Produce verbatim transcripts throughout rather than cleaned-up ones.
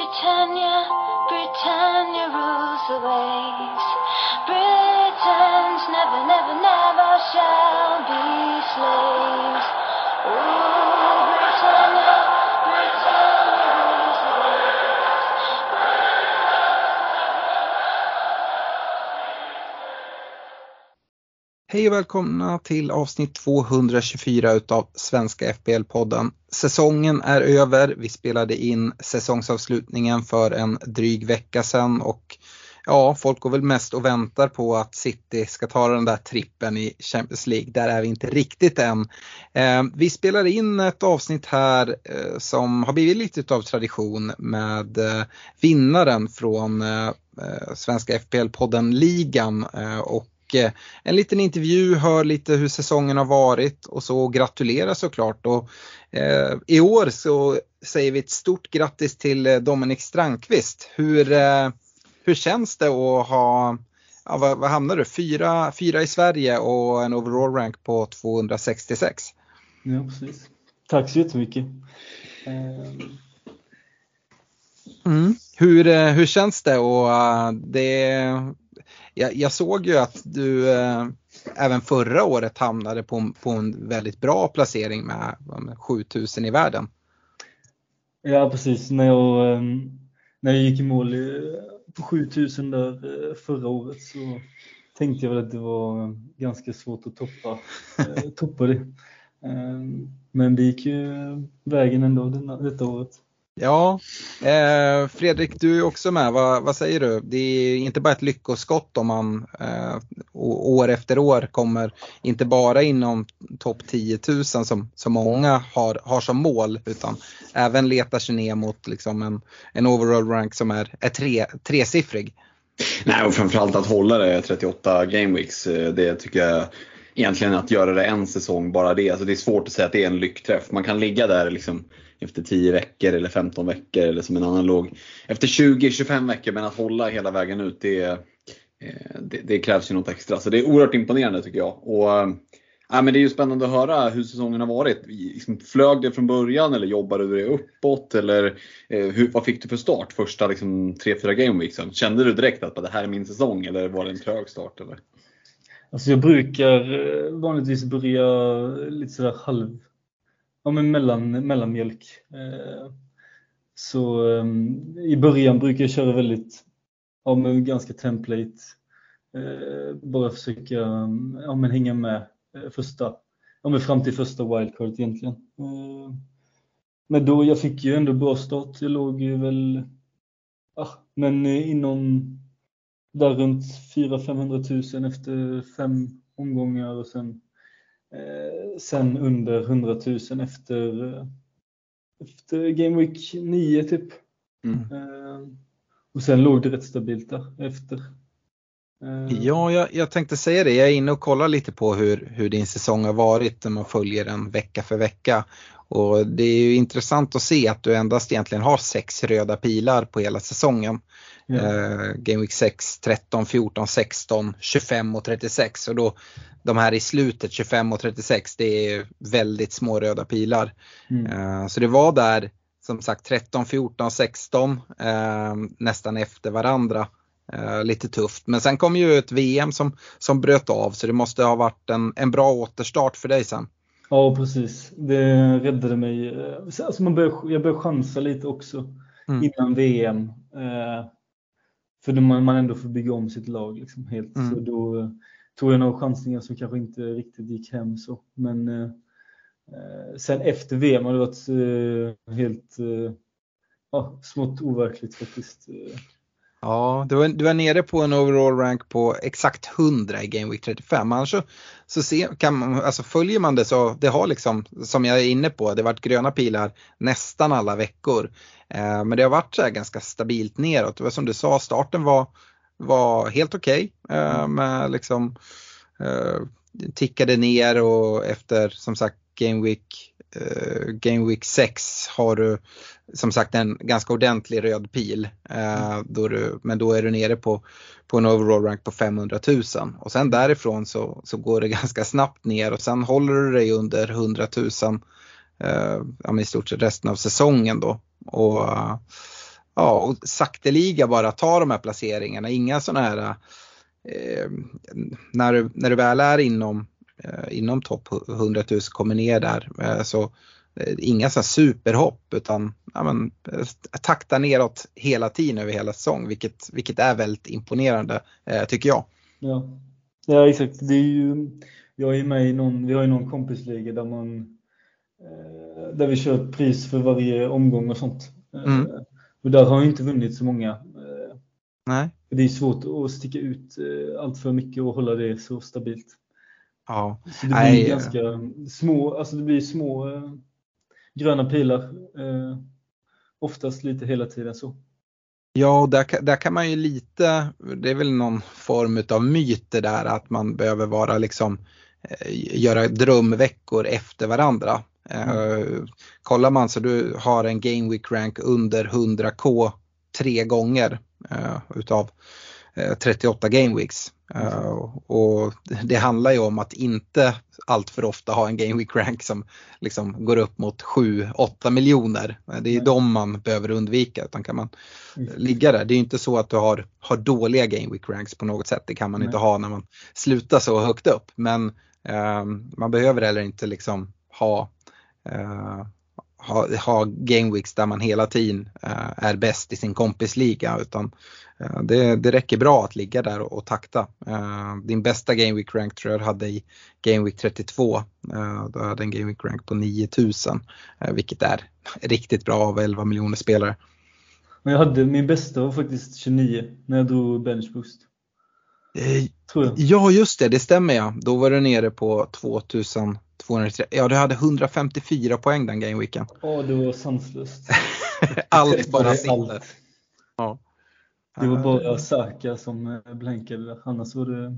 Britannia, Britannia rules the waves. Britons never, never, never shall be slaves. Oh, Britannia, Britannia rules the waves. Hej och välkomna till avsnitt tvåhundratjugofyra utav Svenska F P L-podden. Säsongen är över, vi spelade in säsongsavslutningen för en dryg vecka sedan och ja, folk går väl mest och väntar på att City ska ta den där trippen i Champions League. Där är vi inte riktigt än. Eh, vi spelar in ett avsnitt här eh, som har blivit lite av tradition med eh, vinnaren från eh, Svenska F P L-podden-ligan eh, och en liten intervju, hör lite hur säsongen har varit och så gratulerar såklart. Och, eh, i år så säger vi ett stort grattis till Dominic Strandqvist. Hur, eh, hur känns det att ha, ja, vad, vad hamnar du? Fyra, fyra i Sverige och en overall rank på tvåhundrasextiosex? Ja, precis. Tack så jättemycket. Mm. Hur, hur känns det? Och uh, det Jag, jag såg ju att du eh, även förra året hamnade på, på en väldigt bra placering med, med sjutusen i världen. Ja, precis. När jag, eh, när jag gick i mål på sjutusen där eh, förra året så tänkte jag väl att det var ganska svårt att toppa, eh, toppa det. Eh, men det gick ju vägen ändå denna, detta året. Ja, eh, Fredrik, du är också med. Va, vad säger du? Det är inte bara ett lyckoskott om man eh, år efter år kommer inte bara inom topp tio tusen som, som många har, har som mål, utan även letar sig ner mot liksom en, en overall rank som är, är tre, tresiffrig. Nej, och framförallt att hålla det trettioåtta gameweeks, det tycker jag egentligen att göra det en säsong bara det. Alltså det är svårt att säga att det är en lyckträff. Man kan ligga där liksom efter tio veckor eller femton veckor eller som en annan låg efter tjugo till tjugofem veckor, men att hålla hela vägen ut, det, det, det krävs ju något extra. Så det är oerhört imponerande tycker jag. Och ja, men det är ju spännande att höra hur säsongen har varit. Liksom, flög det från början eller jobbade du det uppåt? Eller eh, hur, vad fick du för start första liksom, tre fyra gameweeksen? Kände du direkt att det här är min säsong eller var det en trög start? Eller? Alltså jag brukar vanligtvis börja lite sådär halv, ja men mellan, mellanmjölk. Så i början brukar jag köra väldigt, ja men ganska template. Bara försöka, ja men hänga med första, ja men fram till första wildcard egentligen. Men då, jag fick ju ändå bra start. Jag låg ju väl, ja men inom där runt fyra till femhundratusen efter fem omgångar och sen, eh, sen under hundratusen efter, eh, efter Game Week nio typ. Mm. Eh, och sen låg det rätt stabilt där efter. Eh. Ja, jag, jag tänkte säga det. Jag är inne och kollar lite på hur, hur din säsong har varit när man följer den vecka för vecka. Och det är ju intressant att se att du endast egentligen har sex röda pilar på hela säsongen. Ja. Uh, Game Week sex, tretton, fjorton, sexton, tjugofem och trettiosex. Och då de här i slutet tjugofem och trettiosex, det är väldigt små röda pilar. Mm. Uh, så det var där som sagt tretton, fjorton, sexton uh, nästan efter varandra. Uh, lite tufft. Men sen kom ju ett V M som, som bröt av, så det måste ha varit en, en bra återstart för dig sen. Ja, precis. Det räddade mig. Alltså man började, jag började chansa lite också mm. innan V M. Uh, För då man, man ändå får bygga om sitt lag liksom helt. Mm. Så då tog jag några chansningar som kanske inte riktigt gick hem så. Men eh, sen efter V M har det varit eh, helt eh, ja, smått overkligt faktiskt. Ja, du var, du var nere på en overall rank på exakt hundra i Game Week trettiofem. Annars så, så se, kan man, alltså följer man det så det har liksom, som jag är inne på, det har varit gröna pilar nästan alla veckor. Eh, men det har varit så här ganska stabilt neråt. Det var som du sa, starten var, var helt okej. Okay, eh, med liksom eh, tickade ner och efter som sagt Game Week Uh, Game Week sex har du som sagt en ganska ordentlig röd pil uh, då du, men då är du nere på, på en overall rank på femhundratusen och sen därifrån så, så går det ganska snabbt ner och sen håller du dig under hundratusen uh, ja, i stort sett resten av säsongen då och uh, ja, och sakteliga bara ta de här placeringarna. Inga sådana här, eh, när, du, när du väl är inom, eh, inom topp hundratusen kommer ner där, eh, så eh, inga så superhopp, utan ja, men, eh, takta neråt hela tiden över hela säsong, vilket, vilket är väldigt imponerande, eh, tycker jag. Ja. Ja, exakt. Det är ju, jag är med i någon, vi har ju någon kompisliga där man eh, där vi kör pris för varje omgång och sånt. Mm. Eh, och där har jag inte vunnit så många. Eh, Nej. Det är svårt att sticka ut eh, allt för mycket och hålla det så stabilt. Ja. Så det blir Nej. ganska små, alltså det blir små eh, gröna pilar. Eh, oftast lite hela tiden så. Ja, och där, där kan man ju lite, det är väl någon form av myt där att man behöver vara liksom, eh, göra drömveckor efter varandra. Eh, mm. Kollar man så du har en Game Week rank under hundra k tre gånger eh, utav eh, trettioåtta Game Weeks. Uh, och det handlar ju om att inte allt för ofta ha en Game Week rank som liksom går upp mot sju åtta miljoner. Det är mm. de man behöver undvika, utan kan man mm. ligga där. Det är ju inte så att du har, har dåliga Game Week ranks på något sätt. Det kan man mm. inte ha när man slutar så högt upp. Men uh, man behöver heller inte liksom ha, uh, ha, ha Game Weeks där man hela tiden uh, är bäst i sin kompisliga, utan Det, det räcker bra att ligga där och, och takta. Uh, din bästa Game Week rank tror jag hade i Game Week trettiotvå. Uh, då hade en Game Week rank på nio tusen. Uh, vilket är riktigt bra av elva miljoner spelare. Men jag hade, min bästa var faktiskt tjugonio när jag drog bench boost. Uh, tror jag. Ja, just det. Det stämmer, ja. Då var du nere på tvåtusen tvåhundratrettio. Ja, du hade hundrafemtiofyra poäng den Game Weeken. Ja, oh, det var sanslöst. Allt bara sitter. Ja. Det var bara Saka som blänkade, annars var det...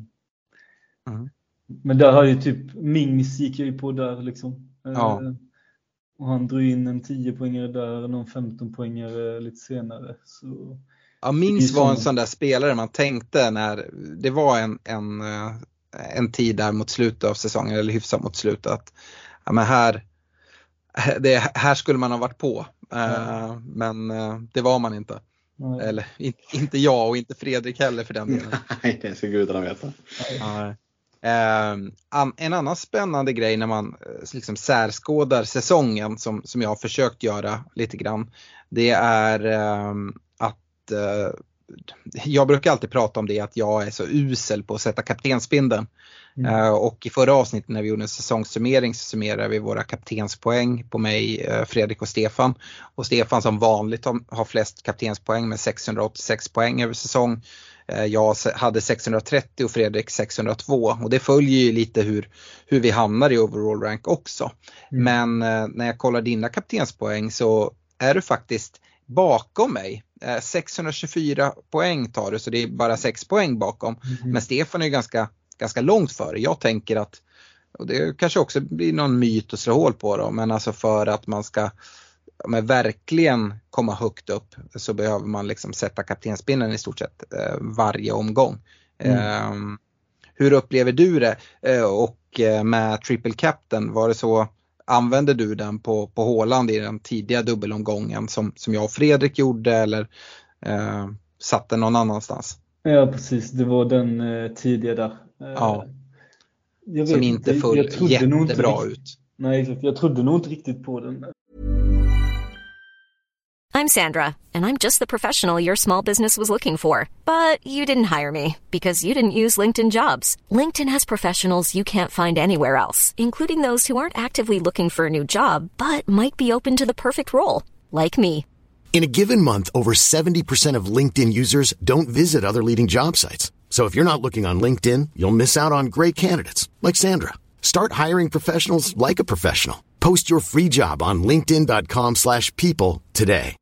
Mm. Men där har ju typ, Mings gick jag ju på där liksom. Ja. Och han drog in en tio poängare där, någon femton poängare lite senare. Så... Ja, Mings var en sån där spelare man tänkte när det var en, en, en tid där mot slutet av säsongen, eller hyfsat mot slutet, att ja, men här, det, här skulle man ha varit på. Ja. Men det var man inte. Nej. Eller in, inte jag och inte Fredrik heller för den delen. Nej, det ska gudarna veta. Nej. Uh, an, en annan spännande grej när man uh, liksom särskådar säsongen, som, som jag har försökt göra lite grann, det är uh, att uh, jag brukar alltid prata om det, att jag är så usel på att sätta kaptensbindeln. Mm. Uh, och i förra avsnittet när vi gjorde en säsongssummering så summerade vi våra kaptenspoäng på mig, uh, Fredrik och Stefan. Och Stefan som vanligt har, har flest kaptenspoäng med sexhundraåttiosex poäng över säsong. Uh, jag hade sexhundratrettio och Fredrik sexhundratvå. Och det följer ju lite hur, hur vi hamnar i overall rank också. Mm. Men uh, när jag kollar dina kaptenspoäng så är du faktiskt bakom mig. Uh, sexhundratjugofyra poäng tar du, så det är bara sex poäng bakom. Mm. Men Stefan är ju ganska ganska långt före. Jag tänker att, och det kanske också blir någon myt att slå hål på då, men alltså för att man ska men verkligen komma högt upp så behöver man liksom sätta kaptensbindeln i stort sett eh, varje omgång. Mm. Eh, hur upplever du det? Eh, och eh, med triple captain, var det så, använde du den på, på Haaland i den tidiga dubbelomgången som, som jag och Fredrik gjorde, eller eh, satt den någon annanstans? Ja, precis. Det var den eh, tidiga där. Ja. Jag som vet, inte föll jättebra ut. Nej, jag trodde nog inte riktigt på den. I'm Sandra, and I'm just the professional your small business was looking for. But you didn't hire me because you didn't use LinkedIn Jobs. LinkedIn has professionals you can't find anywhere else, including those who aren't actively looking for a new job, but might be open to the perfect role, like me. In a given month, over seventy percent of LinkedIn users don't visit other leading job sites. So if you're not looking on LinkedIn, you'll miss out on great candidates like Sandra. Start hiring professionals like a professional. Post your free job on linkedin dot com slash people today.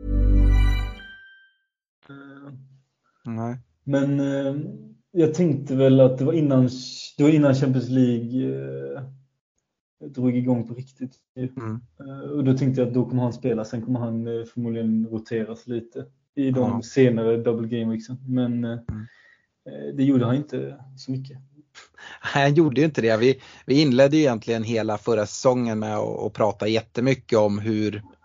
Nej. Men eh, jag tänkte väl att det var innan, det var innan Champions League eh, drog igång på riktigt. Mm. Eh, och då tänkte jag att då kommer han spela, sen kommer han eh, förmodligen roteras lite i de ja. senare double game weeksen. Men eh, mm. det gjorde han inte så mycket. Han gjorde ju inte det. Vi, vi inledde ju egentligen hela förra säsongen med att, att prata jättemycket om hur,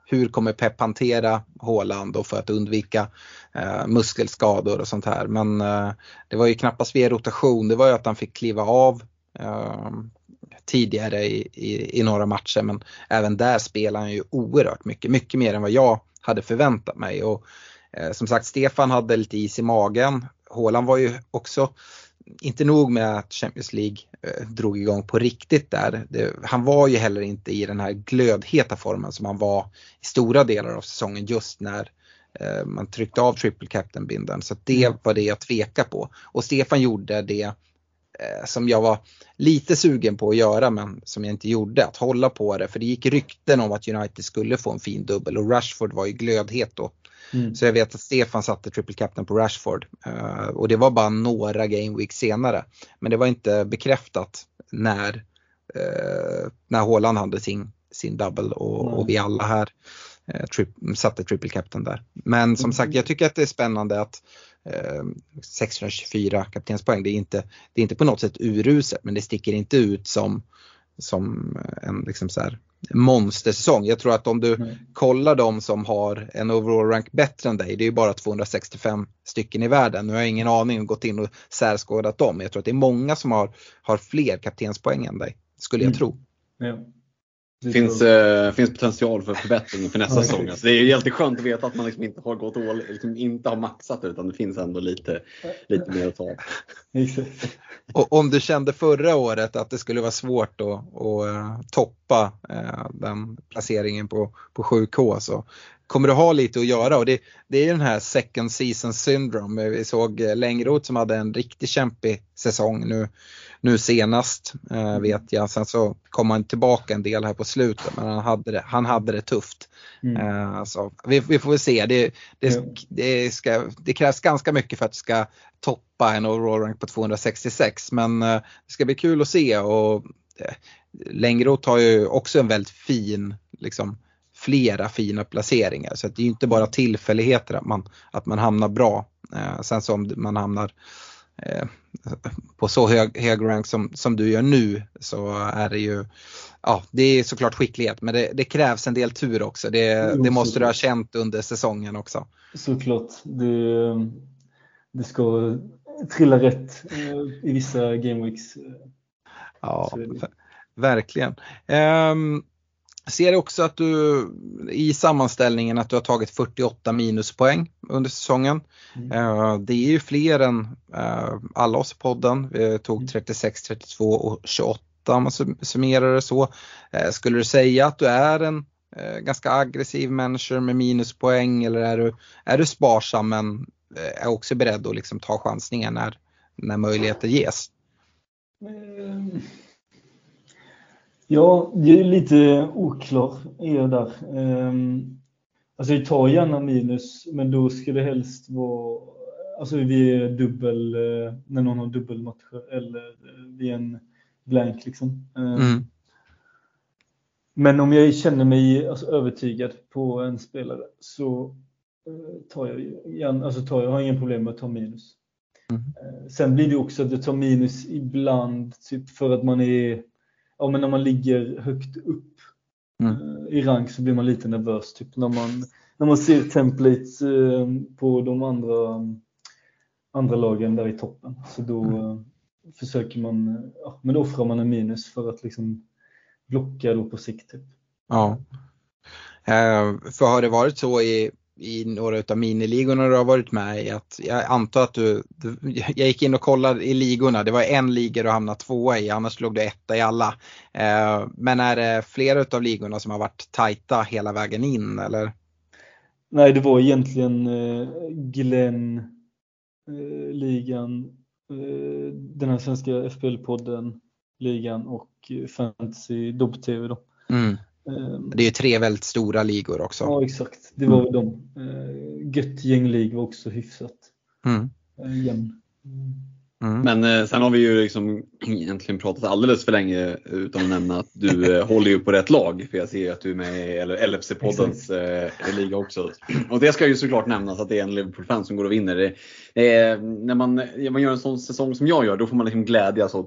hur kommer Pep hantera Haaland och för att undvika eh, muskelskador och sånt här. Men eh, det var ju knappast via rotation, det var ju att han fick kliva av eh, tidigare i, i, i några matcher, men även där spelar han ju oerhört mycket, mycket mer än vad jag hade förväntat mig. Och eh, som sagt, Stefan hade lite is i magen. Haaland var ju också, inte nog med att Champions League eh, drog igång på riktigt där. Det, han var ju heller inte i den här glödheta formen som han var i stora delar av säsongen just när eh, man tryckte av triple captain-binden. Så det var det jag tvekar på. Och Stefan gjorde det eh, som jag var lite sugen på att göra, men som jag inte gjorde, att hålla på det. För det gick rykten om att United skulle få en fin dubbel och Rashford var ju glödhet då. Mm. Så jag vet att Stefan satte triple captain på Rashford uh, och det var bara några game week senare, men det var inte bekräftat när uh, när Haaland hade sin, sin double och, mm. och vi alla här uh, tri- satte triple captain där. Men som mm. sagt, jag tycker att det är spännande att uh, sexhundratjugofyra kaptenspoäng, det är inte, det är inte på något sätt uruset, men det sticker inte ut som som en liksom så här monstersäsong. Jag tror att om du mm. kollar de som har en overall rank bättre än dig, det är ju bara tvåhundrasextiofem stycken i världen. Nu har jag ingen aning om gått in och särskådat dem. Jag tror att det är många som har, har fler kaptenspoäng än dig, skulle jag mm. tro. Ja. Det finns, eh, finns potential för förbättring för nästa säsong. Alltså det är ju alltid skönt att veta att man liksom inte har gått all, liksom inte har maxat, utan det finns ändå lite, lite mer att ta. Och om du kände förra året att det skulle vara svårt att, att uh, toppa uh, den placeringen på, på sju K, så kommer du ha lite att göra. Och det, det är den här second season syndrome. Vi såg Längroth som hade en riktigt kämpig säsong nu, nu senast, uh, vet jag. Sen så kom han tillbaka en del här på slutet, men han hade det, han hade det tufft. Mm. Uh, så vi, vi får väl se. Det, det, mm. det, ska, det krävs ganska mycket för att det ska toppa en overall rank på tvåhundrasextiosex, men uh, det ska bli kul att se. Och uh, Längroth har ju också en väldigt fin, liksom flera fina placeringar, så att det är inte bara tillfälligheter att man, att man hamnar bra. Uh, sen som man hamnar uh, på så hög, hög rank som, som du gör nu, så är det ju, ja, det är såklart skicklighet, men det, det krävs en del tur också. Det, jo, det måste du ha känt under säsongen också. Såklart, det, det ska trilla rätt i vissa gameweeks. Ja, verkligen. Um, ser också att du i sammanställningen att du har tagit fyrtioåtta minuspoäng under säsongen. Mm. Uh, det är ju fler än uh, alla oss i podden. Vi tog trettiosex, trettiotvå och tjugoåtta om man summerar det så. Uh, skulle du säga att du är en uh, ganska aggressiv manager med minuspoäng, eller är du, är du sparsam men uh, är också beredd att liksom ta chansningar när, när möjligheter ges? Mm. Ja, det är lite oklar är jag där. Um, alltså jag tar gärna minus, men då ska det helst vara, alltså vi är dubbel, uh, när någon har dubbelmatcher, eller uh, vi är en blank liksom. Um, mm. Men om jag känner mig alltså, övertygad på en spelare, så uh, tar jag gärna, alltså tar jag har ingen problem med att ta minus. Mm. Uh, sen blir det också att jag tar minus ibland, typ för att man är, ja, men när man ligger högt upp mm. uh, i rank, så blir man lite nervös typ när man när man ser templates uh, på de andra andra lagen där i toppen, så då uh, försöker man uh, ja, men då offrar man en minus för att liksom blocka då på sikt typ. Ja. Uh, för har det varit så i i några av miniligorna du har varit med i, att jag antar att du, du jag gick in och kollade i ligorna, det var en liga du hamnade tvåa i, annars låg du etta i alla. Eh, men är det flera av ligorna som har varit tajta hela vägen in, eller? Nej, det var egentligen eh, Glenn eh, ligan, eh, den här svenska F P L-podden ligan och Fantasy Dobb T V då. Mm. Det är ju tre väldigt stora ligor också. Ja, exakt. Det var mm. de. Uh, Gött gänglig var också hyfsat. Mm. Uh, jämn. Mm. Men eh, sen har vi ju liksom egentligen pratat alldeles för länge utan att nämna att du eh, håller ju på rätt lag. För jag ser att du är med i L F C-poddens eh, liga också. Och det ska ju såklart nämnas att det är en Liverpool-fan som går och vinner. Det, det är, när man, när man gör en sån säsong som jag gör, då får man liksom glädjas åt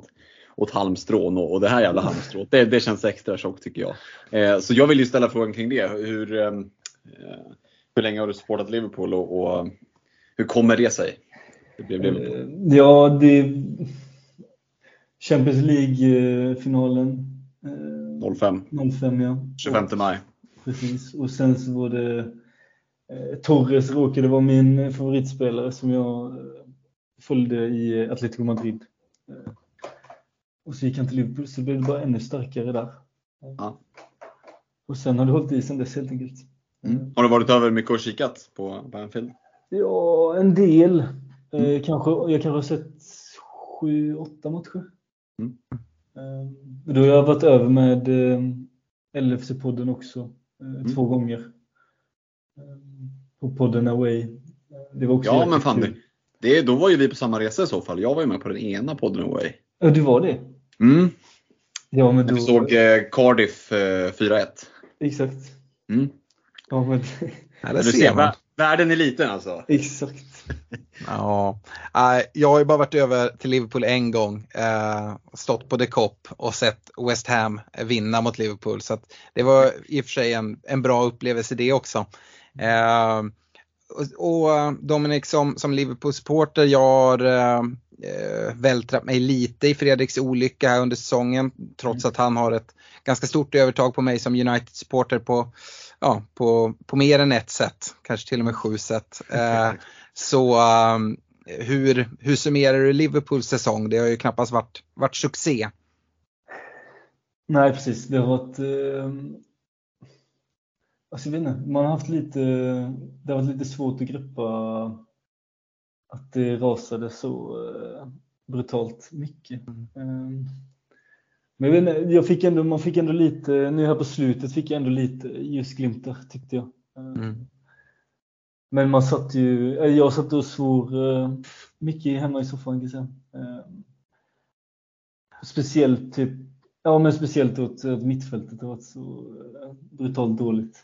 åt halmstrån och, och det här jävla halmstrået, det, det känns extra tjockt tycker jag. Eh, så jag vill ju ställa frågan kring det. Hur, eh, hur länge har du supportat Liverpool och, och hur kommer det sig? Det blev Liverpool. Ja, det Champions League-finalen. noll fem. noll fem, ja. tjugofemte maj. Precis. Och sen så var det eh, Torres råkade vara min favoritspelare som jag eh, följde i Atletico Madrid. Eh, och så gick han till Liverpool så blev det bara ännu starkare där. Ja. Och sen har det hållit i sen dess helt enkelt. Mm. Har du varit över mycket och kikat på, på Anfield? Ja, en del. Eh, mm. kanske, jag kanske har sett sju, åtta matcher. Mm. Eh, då har jag varit över med eh, L F C-podden också. Eh, mm. Två gånger. Eh, på podden Away. Det var också ja, men fan det, det, då var ju vi på samma resa i så fall. Jag var ju med på den ena podden Away. Ja, du var det? Mm. Ja, men då... Vi såg eh, Cardiff eh, fyra ett. Exakt. Mm. Ja, men... ja, det ser man. Världen är liten alltså. Exakt. Ja, jag har ju bara varit över till Liverpool en gång, stått på The Kop och sett West Ham vinna mot Liverpool. Så att det var i och för sig en, en bra upplevelse det också. Och Dominic, som, som Liverpool-supporter, jag har eh, vältrat mig lite i Fredriks olycka här under säsongen. Trots att han har ett ganska stort övertag på mig som United-supporter på, ja, på, på mer än ett sätt. Kanske till och med sju sätt. Eh, så um, hur, hur summerar du Liverpools säsong? Det har ju knappast varit, varit succé. Nej, precis. Det har varit... Eh... Alltså, jag vet inte, man har haft lite, det har varit lite svårt att greppa att det rasade så uh, brutalt mycket. Mm. Um, men jag vet inte, jag fick ändå, man fick ändå lite, nu här på slutet fick jag ändå lite ljusglimtar tyckte jag. Um, mm. Men man satt ju, jag satt och svor uh, mycket hemma i soffan kan jag säga. Um, speciellt typ, ja men speciellt åt, åt mittfältet har varit så uh, brutalt dåligt.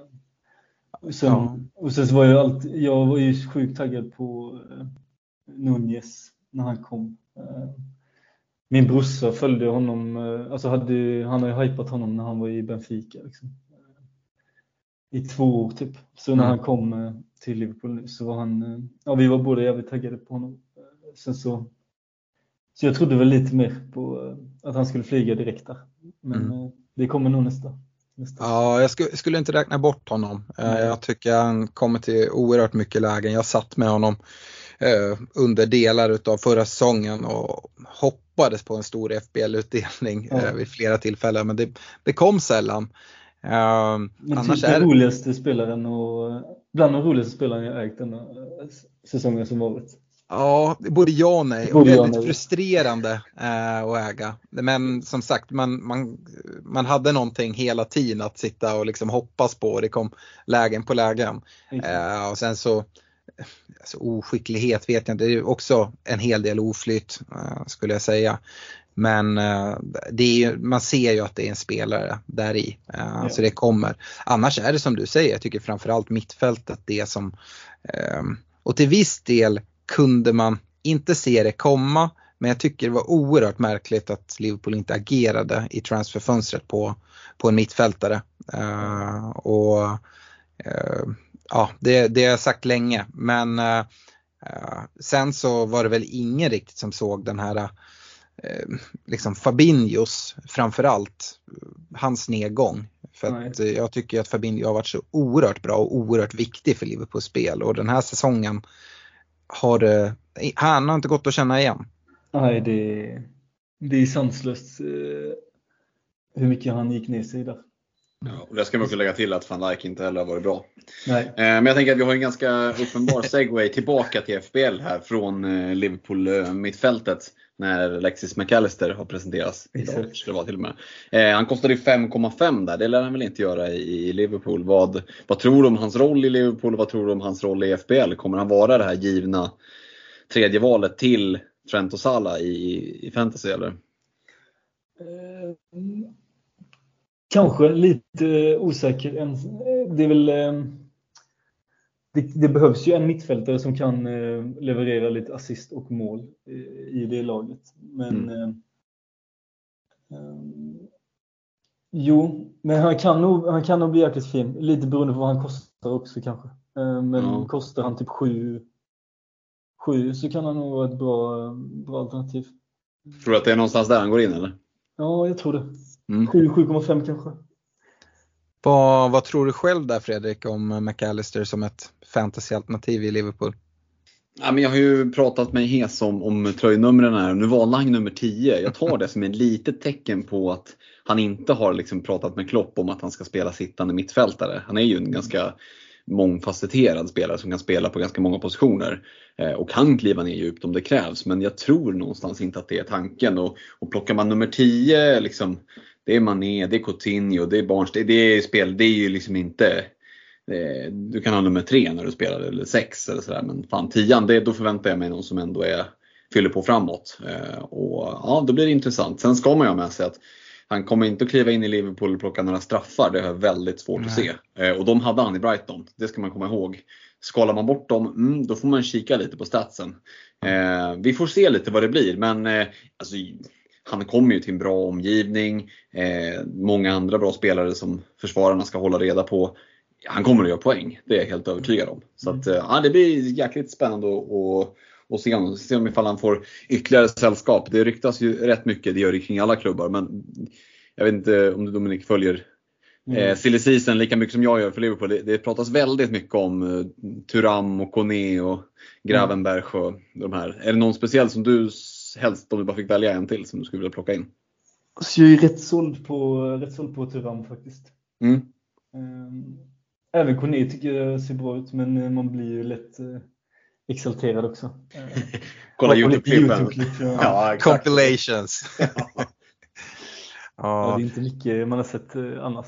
Och sen, ja. och sen så var jag alltid, jag var ju sjukt taggad på uh, Nunez när han kom. Uh, min brorsa följde honom, uh, alltså hade, han har ju hypat honom när han var i Benfica liksom. Uh, i två år typ. Så när mm. han kom uh, till Liverpool nu så var han, uh, ja vi var båda jävligt taggade på honom. Uh, sen så, så jag trodde väl lite mer på uh, att han skulle flyga direkt där. Men mm. uh, det kommer nog nästa. Ja, jag skulle, skulle inte räkna bort honom. Mm. Jag tycker han kommer till oerhört mycket lägen. Jag satt med honom eh, under delar av förra säsongen och hoppades på en stor F B L-utdelning mm. eh, vid flera tillfällen. Men det, det kom sällan. Eh, men annars typ är den roligaste spelaren och bland de roligaste spelarna jag ägt den säsongen som varit. Ja, både ja och nej. Och väldigt frustrerande äh, att äga. Men som sagt, man, man, man hade någonting hela tiden att sitta och liksom hoppas på. Det kom lägen på lägen. Äh, och sen så, alltså, oskicklighet vet jag inte. Det är också en hel del oflytt äh, skulle jag säga. Men äh, det är ju, man ser ju att det är en spelare där i. Äh, ja. Så det kommer. Annars är det som du säger, jag tycker framförallt mittfältet det som... Äh, och till viss del kunde man inte se det komma, men jag tycker det var oerhört märkligt att Liverpool inte agerade i transferfönstret på, på en mittfältare. Uh, och uh, ja, det, det har jag sagt länge, men uh, sen så var det väl ingen riktigt som såg den här uh, liksom Fabinhos framförallt, hans nedgång. För att Nej. jag tycker att Fabinho har varit så oerhört bra och oerhört viktig för Liverpools spel, och den här säsongen har det, han har inte gått att känna igen. Nej, det, det är sanslöst eh, hur mycket han gick ner sig där. Ja, och det ska man också lägga till att Van Dijk inte heller har varit bra. Nej. Eh, men jag tänker att vi har en ganska uppenbar segway tillbaka till F B L här från eh, Liverpool eh, mittfältet när Alexis McAllister har presenterats idag. Det var till och med. Eh, han kostade fem komma fem där, det lär han väl inte göra i, i Liverpool. Vad, vad tror du om hans roll i Liverpool och vad tror du om hans roll i F B L? Kommer han vara det här givna tredje valet till Trent och Salah i, i fantasy eller? Eh, kanske lite osäker. Det är väl... Eh, det, det behövs ju en mittfältare som kan eh, leverera lite assist och mål eh, i det laget. Men mm. eh, Um, jo, men han kan nog, han kan nog bli jäkligt fin. Lite beroende på vad han kostar också kanske. Um, men Ja. kostar han typ sju, sju så kan han nog vara ett bra, bra alternativ. Tror du att det är någonstans där han går in eller? Ja, jag tror det. Mm. sju, sju komma fem kanske. Vad, vad tror du själv där Fredrik om McAllister som ett fantasyalternativ i Liverpool? Ja, men jag har ju pratat med Hes om, om tröjnumren här. Nu valde han nummer tio. Jag tar det som ett litet tecken på att han inte har liksom pratat med Klopp om att han ska spela sittande mittfältare. Han är ju en ganska mångfacetterad spelare som kan spela på ganska många positioner. Eh, och kan kliva ner djupt om det krävs. Men jag tror någonstans inte att det är tanken. Och, och plockar man nummer tio, liksom, det är Mané, det är Coutinho, det är Barnes. Det, det är spel, det är ju liksom inte... Du kan ha nummer tre när du spelar eller sex eller sådär. Men fan tian, det, då förväntar jag mig någon som ändå är, fyller på framåt. Eh, och ja, då blir det intressant. Sen ska man ju ha med sig att han kommer inte att kliva in i Liverpool och plocka några straffar. Det är väldigt svårt Nej. att se. Eh, och de hade han i Brighton. Det ska man komma ihåg. Skalar man bort dem, mm, då får man kika lite på statsen. Eh, vi får se lite vad det blir. Men eh, alltså, han kommer ju till en bra omgivning. Eh, många andra bra spelare som försvararna ska hålla reda på. Han kommer att göra poäng, det är jag helt övertygad om. Så att, ja, det blir jäkligt spännande att, att, att se om, se om ifall han får ytterligare sällskap. Det ryktas ju rätt mycket, det gör det kring alla klubbar. Men jag vet inte om du Dominik följer mm. eh, silly season lika mycket som jag gör för Liverpool. Det, det pratas väldigt mycket om uh, Thuram och Kone och Gravenberg och de här. Är det någon speciell som du helst, om du bara fick välja en till, som du skulle vilja plocka in? Så jag är rätt såld på, rätt såld på Thuram faktiskt. Mm. Um, Även Kone tycker jag ser bra ut, men man blir ju lätt uh, exalterad också. Uh, Kolla YouTube-klippen. YouTube ja. Ja, compilations. Ja. Ja, det är inte mycket man har sett uh, annars.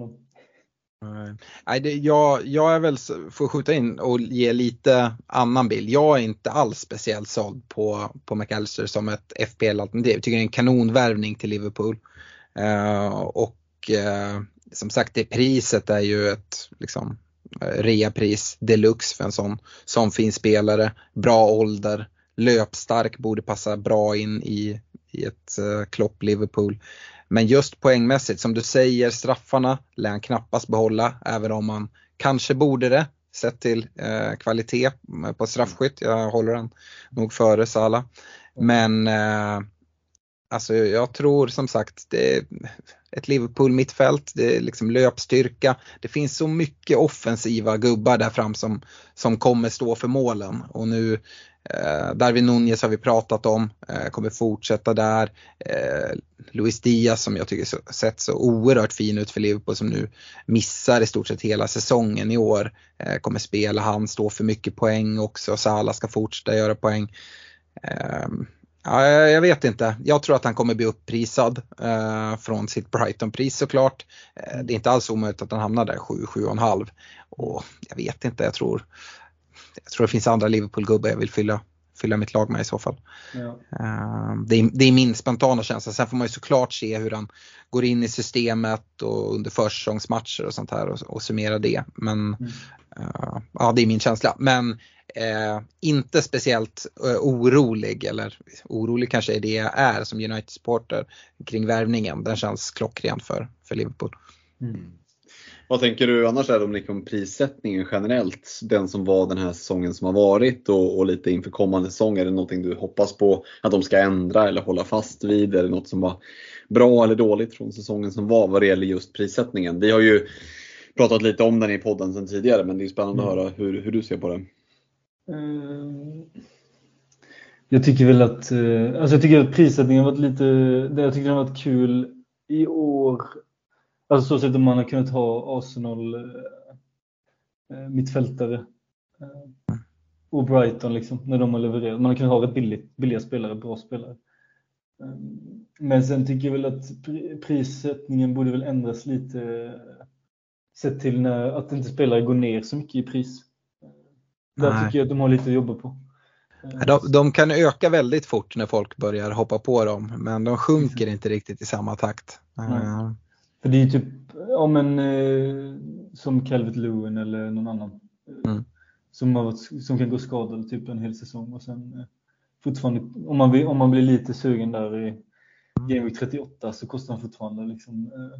Nej, det, jag, jag är väl, får skjuta in och ge lite annan bild. Jag är inte alls speciellt såld på, på McAllister som ett F P L-alternativ. Jag tycker det är en kanonvärvning till Liverpool. Uh, och uh, som sagt, det priset är ju ett liksom, reapris deluxe för en sån, sån fin spelare. Bra ålder, löpstark, borde passa bra in i, i ett uh, Klopp Liverpool. Men just poängmässigt, som du säger, straffarna lär han knappast behålla, även om man kanske borde det, sett till eh, kvalitet på straffskytt. Jag håller den nog före Salah. Men eh, alltså jag tror som sagt, det är ett Liverpool mittfält, det är liksom löpstyrka. Det finns så mycket offensiva gubbar där fram som, som kommer stå för målen. Och nu Eh, Darwin Núñez har vi pratat om, eh, kommer fortsätta där. eh, Luis Diaz som jag tycker så, sett så oerhört fin ut för Liverpool, som nu missar i stort sett hela säsongen i år, eh, kommer spela. Han står för mycket poäng också. Salah ska fortsätta göra poäng. eh, ja, jag vet inte, jag tror att han kommer bli upprisad eh, från sitt Brighton-pris såklart. eh, Det är inte alls omöjligt att han hamnar där sju, sju och en halv. Och jag vet inte, jag tror Jag tror det finns andra Liverpool-gubbar jag vill fylla, fylla mitt lag med i så fall. Ja. Uh, det, är, det är min spontana känsla. Sen får man ju såklart se hur han går in i systemet och under försäsongsmatcher och sånt här och, och summera det. Men mm. uh, ja, det är min känsla. Men uh, inte speciellt uh, orolig, eller orolig kanske är det jag är som United-supporter kring värvningen. Den känns klockren för, för Liverpool. Mm. Vad tänker du annars är om, om prissättningen generellt? Den som var den här säsongen som har varit och, och lite inför kommande säsong. Är det någonting du hoppas på att de ska ändra eller hålla fast vid? Är det något som var bra eller dåligt från säsongen som var vad det gäller just prissättningen? Vi har ju pratat lite om den i podden sedan tidigare, men det är spännande mm. att höra hur, hur du ser på det. Mm. Jag tycker väl att alltså jag tycker att prissättningen har varit lite, det jag tycker det har varit kul i år. Alltså så sätt att man har kunnat ha Arsenal äh, mittfältare äh, och Brighton liksom, när de har levererat. Man har kunnat ha rätt billigt, billiga spelare, bra spelare. Äh, men sen tycker jag väl att pri- prissättningen borde väl ändras lite äh, sett till när, att inte spelare går ner så mycket i pris. Där Nej. tycker jag att de har lite att jobba på. Äh, de, de kan öka väldigt fort när folk börjar hoppa på dem, men de sjunker inte riktigt i samma takt. Äh. För det är typ ja, men, eh, som Calvert-Lewin eller någon annan mm. som, har, som kan gå skadad typ en hel säsong och sen eh, fortfarande om man, vill, om man blir lite sugen där i, Game Week trettioåtta så kostar han fortfarande liksom eh,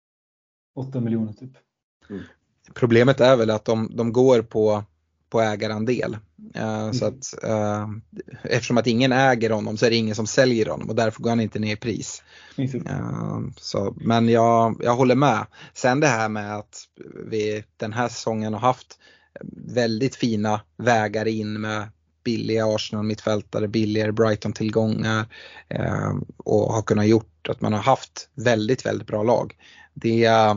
åtta miljoner typ. Mm. Problemet är väl att de, de går på, på ägarandel. Uh, mm. Så att, uh, eftersom att ingen äger honom så är det ingen som säljer honom och därför går han inte ner i pris. Uh, så, men jag, jag håller med. Sen det här med att vi den här säsongen har haft väldigt fina vägar in med billiga Arsenal-mittfältare, billigare Brighton-tillgångar uh, och har kunnat gjort att man har haft väldigt, väldigt bra lag. Det är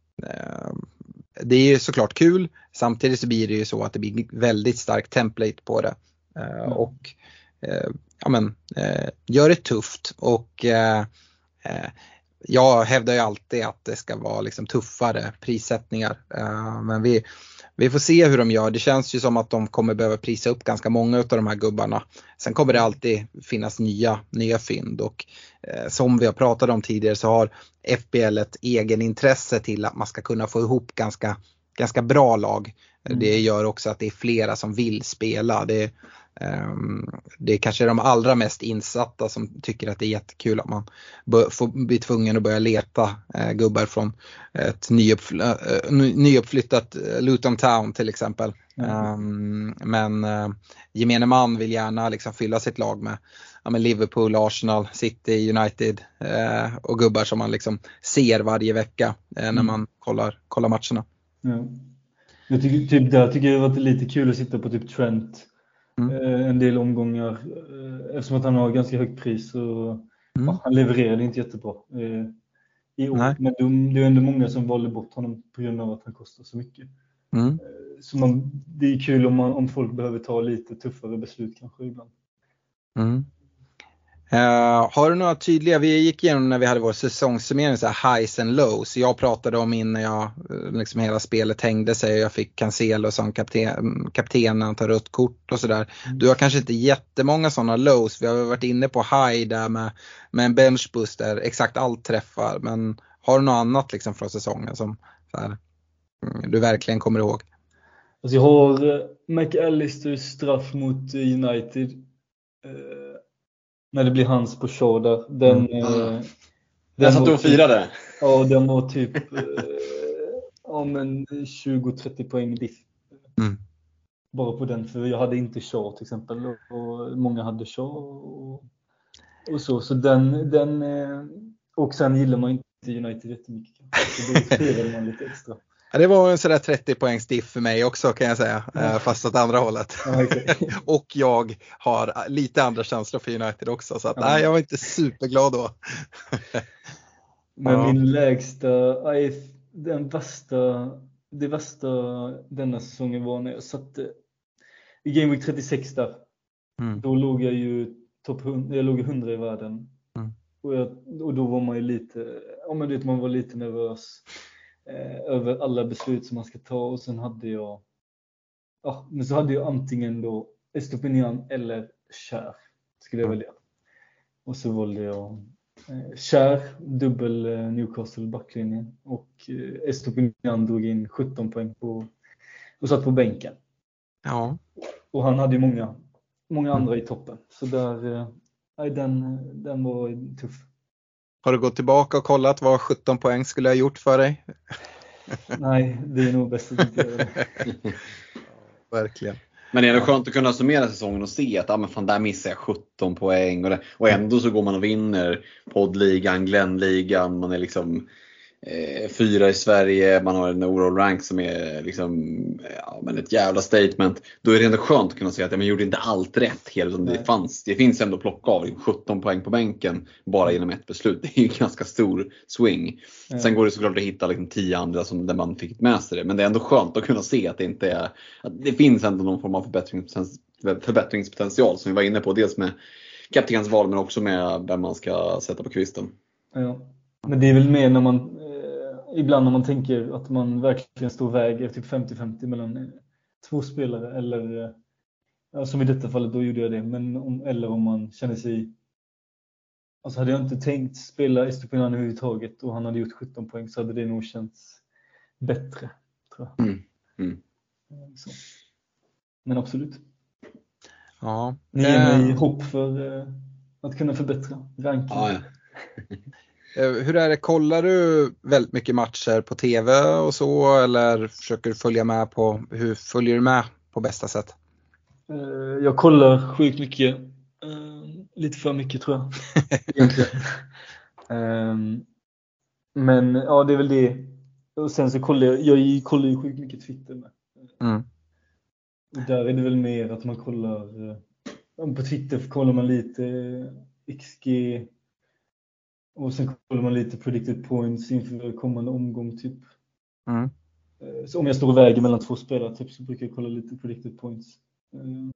uh, Det är ju såklart kul, samtidigt så blir det ju så att det blir väldigt stark template på det uh, mm. och uh, ja, men, uh, gör det tufft och uh, uh, jag hävdar ju alltid att det ska vara liksom tuffare prissättningar, uh, men vi, vi får se hur de gör. Det känns ju som att de kommer behöva prisa upp ganska många av de här gubbarna. Sen kommer det alltid finnas nya, nya fynd och eh, som vi har pratat om tidigare så har F B L ett egen intresse till att man ska kunna få ihop ganska, ganska bra lag. Mm. Det gör också att det är flera som vill spela. Det, um, det är kanske de allra mest insatta som tycker att det är jättekul att man bör, får bli tvungen att börja leta uh, gubbar från ett nyuppfl- uh, nyuppflyttat Luton Town till exempel. Mm. Um, men uh, gemene man vill gärna liksom fylla sitt lag med, ja, med Liverpool, Arsenal, City, United uh, och gubbar som man liksom ser varje vecka uh, när mm. man kollar, kollar matcherna. Mm. Jag tycker, typ där tycker jag det var lite kul att sitta på typ Trent mm. eh, en del omgångar eh, eftersom att han har ganska högt pris och mm. ja, han levererade inte jättebra eh, i år. Nej. Men de, det är ändå många som valde bort honom på grund av att han kostar så mycket. Mm. Eh, så man, det är kul om, man, om folk behöver ta lite tuffare beslut kanske ibland. Mm. Uh, har du några tydliga, vi gick igenom när vi hade vår säsongssummering så här highs and lows. Jag pratade om innan jag liksom hela spelet hängde sig och jag fick Cancelo som kapten, kaptenen tar rött kort och sådär. Mm. Du har kanske inte jättemånga sådana lows. Vi har varit inne på high där med, med en benchboost där exakt allt träffar. Men har du något annat liksom från säsongen som så här, du verkligen kommer ihåg? Alltså jag har uh, McAllisters straff mot United. Uh, När det blir hans på Shaw där. Den, mm. eh, den, den satt du och firade? Typ, ja, den var typ eh, ja, men tjugo trettio poäng diff. Mm. Bara på den, för jag hade inte Shaw till exempel. Och, och många hade Shaw och, och så. Så den, den eh, och sen gillar man inte United jättemycket. Så då firade man lite extra. Ja, det var en sådär trettio poängs diff för mig också kan jag säga, mm. fast åt andra hållet. Ja, okay. Och jag har lite andra känslor för United också, så att, ja. nej, jag var inte superglad då. Men ja. min lägsta, den värsta, det värsta denna säsongen var när jag satte i Game Week trettiosex där. Mm. Då låg jag ju topp hundra, jag låg hundra i världen. Mm. Och, jag, och då var man ju lite, ja men vet, man var lite nervös. Eh, över alla beslut som man ska ta och sen hade jag ja, men så hade jag antingen då Estopinian eller Kär skulle jag välja och så valde jag eh, Kär, dubbel eh, Newcastle backlinjen och eh, Estopinian drog in sjutton poäng på och satt på bänken. Ja. Och han hade ju många många andra i toppen så där eh, nej, den, den var tuff. Har du gått tillbaka och kollat vad sjutton poäng skulle ha gjort för dig? Nej, det är nog bäst att inte göra det. Verkligen. Men det är det skönt att kunna summera säsongen och se att ah, men fan, där missar jag sjutton poäng. Och, det, och ändå så går man och vinner poddligan, Glenligan. Man är liksom eh, fyra i Sverige. Man har en overall rank som är liksom, ja, men ett jävla statement. Då är det ändå skönt att kunna säga att ja, man gjorde inte allt rätt. Helt, det, fanns, det finns ändå plocka av sjutton poäng på bänken bara genom ett beslut. Det är ju en ganska stor swing. Mm. Sen går det såklart att hitta liksom tio andra som, där man fick med sig det. Men det är ändå skönt att kunna se att det inte är, att det finns ändå någon form av förbättringspotential, förbättringspotential som vi var inne på. Dels med kaptenens val men också med vem man ska sätta på kvisten. Ja. Men det är väl mer när man eh, ibland när man tänker att man verkligen står väg typ femtio femtio mellan eh, två spelare eller eh, ja, som i detta fallet då gjorde jag det, men om, eller om man känner sig, alltså hade jag inte tänkt spela Estopinian överhuvudtaget och han hade gjort sjutton poäng så hade det nog känts bättre, tror jag. Mm. Mm. Så. Men absolut. Ja. Ni ger mig hopp för eh, att kunna förbättra ranking. Ja, ja. Hur är det, kollar du väldigt mycket matcher på tv och så, eller försöker du följa med på, hur följer du med på bästa sätt? Jag kollar sjukt mycket, lite för mycket tror jag egentligen. Men ja, det är väl det. Och sen så kollar jag, jag kollar ju sjukt mycket Twitter med. Mm. Och där är det väl mer att man kollar, på Twitter kollar man lite X G. Och sen kollar man lite predicted points inför kommande omgång typ. Mm. Så om jag står och väger mellan två spelare typ, så brukar jag kolla lite predicted points. Mm.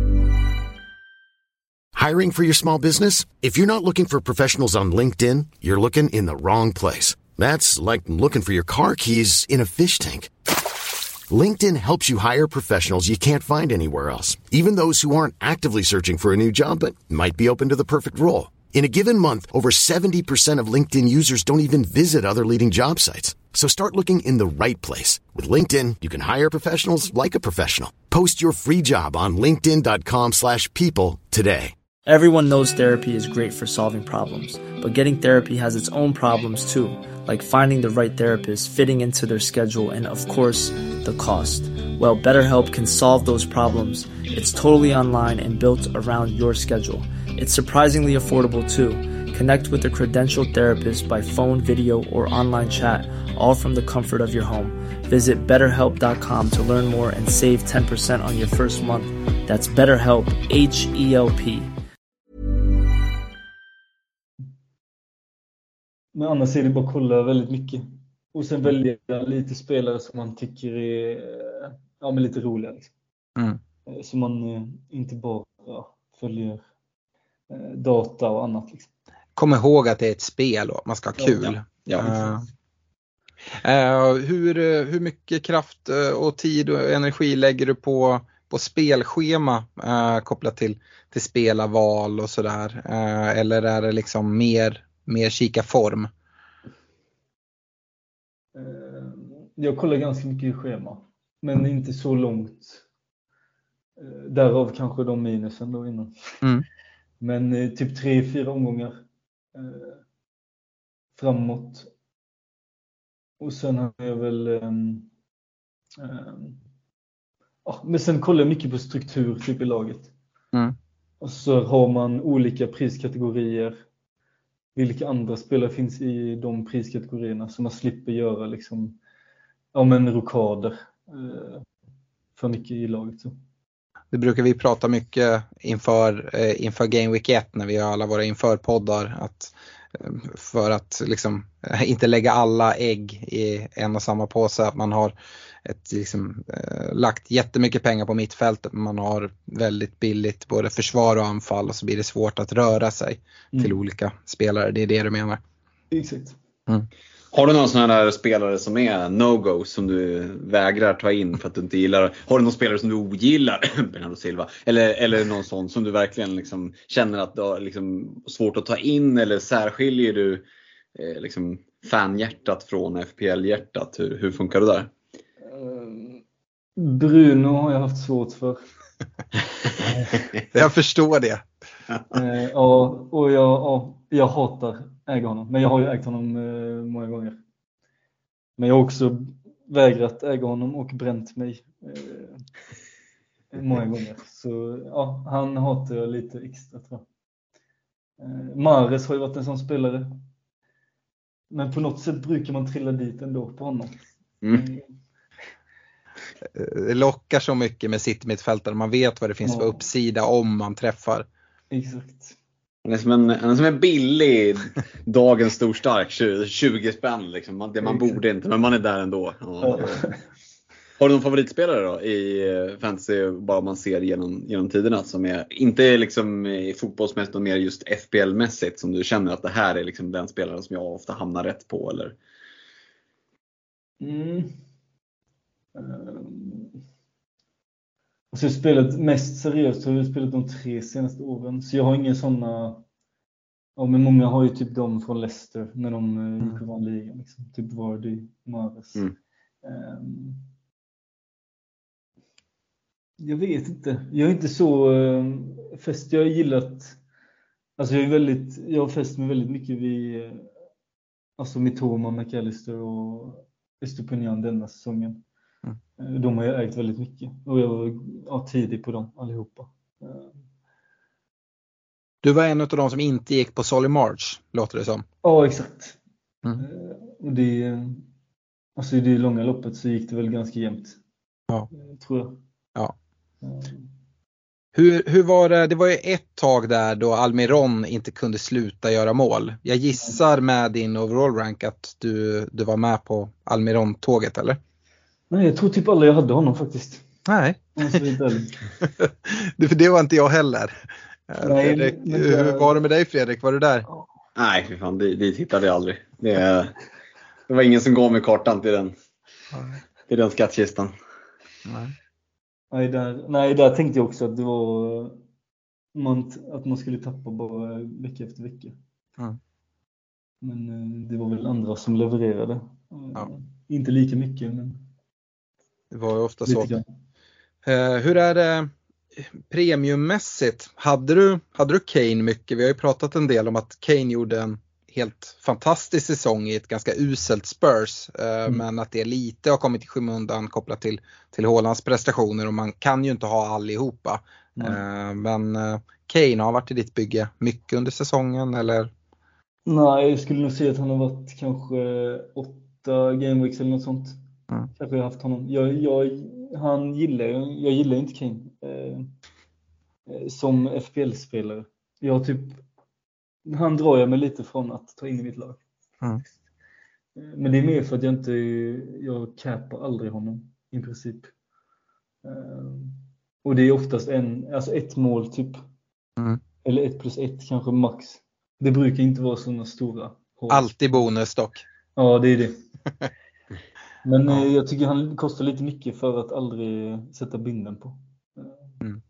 Hiring for your small business? If you're not looking for professionals on LinkedIn, you're looking in the wrong place. That's like looking for your car keys in a fish tank. LinkedIn helps you hire professionals you can't find anywhere else, even those who aren't actively searching for a new job but might be open to the perfect role. In a given month, over seventy percent of LinkedIn users don't even visit other leading job sites. So start looking in the right place. With LinkedIn, you can hire professionals like a professional. Post your free job on linkedin dot com slash people today. Everyone knows therapy is great for solving problems, but getting therapy has its own problems too, like finding the right therapist, fitting into their schedule, and of course, the cost. Well, BetterHelp can solve those problems. It's totally online and built around your schedule. It's surprisingly affordable too. Connect with a credentialed therapist by phone, video, or online chat, all from the comfort of your home. Visit better help dot com to learn more and save ten percent on your first month. That's BetterHelp, H E L P. Men annars är det bara att kolla väldigt mycket. Och sen välja lite spelare som man tycker är ja, men lite roliga. Liksom. Mm. Så man inte bara ja, följer data och annat. Liksom. Kom ihåg att det är ett spel och man ska ha kul. Ja, ja. Uh, uh, hur, hur mycket kraft och tid och energi lägger du på, på spelschema uh, kopplat till, till spelarval och sådär? Uh, eller är det liksom mer, mer kika form? Uh, jag kollar ganska mycket i schema. Men inte så långt. Uh, därav kanske de minusen då innan. Mm. Men uh, typ tre, fyra omgångar. Uh, framåt. Och sen har jag väl um, um, ja, men sen kollar jag mycket på struktur typ i laget. Mm. Och så har man olika priskategorier. Vilka andra spelare finns i de priskategorierna, så man slipper göra liksom ja, men rokader uh, för mycket i laget så. Det brukar vi prata mycket inför, eh, inför Game Week ett när vi har alla våra införpoddar, att för att liksom inte lägga alla ägg i en och samma påse, att man har ett, liksom, eh, lagt jättemycket pengar på mittfältet, man har väldigt billigt både försvar och anfall, och så blir det svårt att röra sig mm. till olika spelare. Det är det du menar? Exakt. Mm. Har du någon sån här spelare som är no-go som du vägrar ta in för att du inte gillar? Har du någon spelare som du ogillar? Bernardo Silva. Eller, eller någon sån som du verkligen liksom känner att du har liksom svårt att ta in? Eller särskiljer du eh, liksom fanhjärtat från F P L-hjärtat? Hur, hur funkar det där? Bruno har jag haft svårt för. Jag förstår det. eh, ja, och jag, ja, jag hatar äga honom. Men jag har ju ägt honom eh, många gånger. Men jag har också vägrat äga honom och bränt mig eh, många gånger. Så ja, han hatar jag lite extra tror jag. Eh, Mahrez har ju varit en sån spelare. Men på något sätt brukar man trilla dit ändå på honom. Mm. Det lockar så mycket med sitt mittfältare. Man vet vad det finns ja. för uppsida om man träffar. Exakt. Han är som en, han är som en billig dagens storstark, tjugo spänn liksom. Det man borde inte, men man är där ändå. Ja. Har du någon favoritspelare då i fantasy, bara man ser genom, genom tiderna, som är inte liksom i fotbollsmässigt och mer just F P L-mässigt, som du känner att det här är liksom den spelaren som jag ofta hamnar rätt på, eller? Mm. Um. Alltså jag har spelat mest seriöst, har jag spelat de tre senaste åren, så jag har inga sådana. Ja, men många har ju typ de från Leicester när de mm. gick och vann ligan liksom. Typ Vardy, Mahrez. Mm. Um. Jag vet inte. Jag är inte så uh, fäst. Jag har gillat Alltså jag är väldigt, jag har fäst mig väldigt mycket vid alltså Mitoma, McAllister och Estupinian denna säsongen. Mm. De har jag ägt väldigt mycket och jag var ja, tidig på dem allihopa. Du var en av de som inte gick på Solly March, låter det som. Ja, exakt. Mm. Och det, alltså i det långa loppet så gick det väl ganska jämnt. Ja. Tror jag. Ja. Hur, hur var det? Det var ju ett tag där då Almiron inte kunde sluta göra mål. Jag gissar med din overall rank att du, du var med på Almiron-tåget, eller? Nej, jag tror typ aldrig jag hade honom faktiskt. Nej. det, för det var inte jag heller. Nej, Fredrik, det... Hur var det med dig, Fredrik? Var du där? Nej, för fan, dit, dit hittade jag aldrig. Det, det var ingen som gav mig kartan till den, till den skattkistan. Nej. Nej, där, nej, där tänkte jag också att det var man, att man skulle tappa bara vecka efter vecka. Mm. Men det var väl andra som levererade. Ja. Inte lika mycket, men det var ju ofta så. Uh, hur är det premiummässigt? Hade du, hade du Kane mycket? Vi har ju pratat en del om att Kane gjorde en helt fantastisk säsong i ett ganska uselt Spurs. Uh, mm. Men att det lite har kommit i skymundan kopplat till, till Haalands prestationer. Och man kan ju inte ha allihopa. Mm. Uh, men uh, Kane har varit i ditt bygge mycket under säsongen, eller? Nej, jag skulle nog säga att han har varit kanske åtta gameweeks eller något sånt. Mm. Kanske jag har haft honom. Jag, jag, han gillar, jag gillar inte Kane eh, som F P L-spelare. Jag typ, han drar jag mig lite från att ta in i mitt lag. Mm. Men det är mer för att jag inte, jag capar aldrig honom i princip. Eh, och det är oftast en, alltså ett mål typ. Mm. Eller ett plus ett kanske max. Det brukar inte vara sådana stora hål. Alltid bonus dock. Ja, det är det. Men ja. Jag tycker han kostar lite mycket för att aldrig sätta binden på. Mm.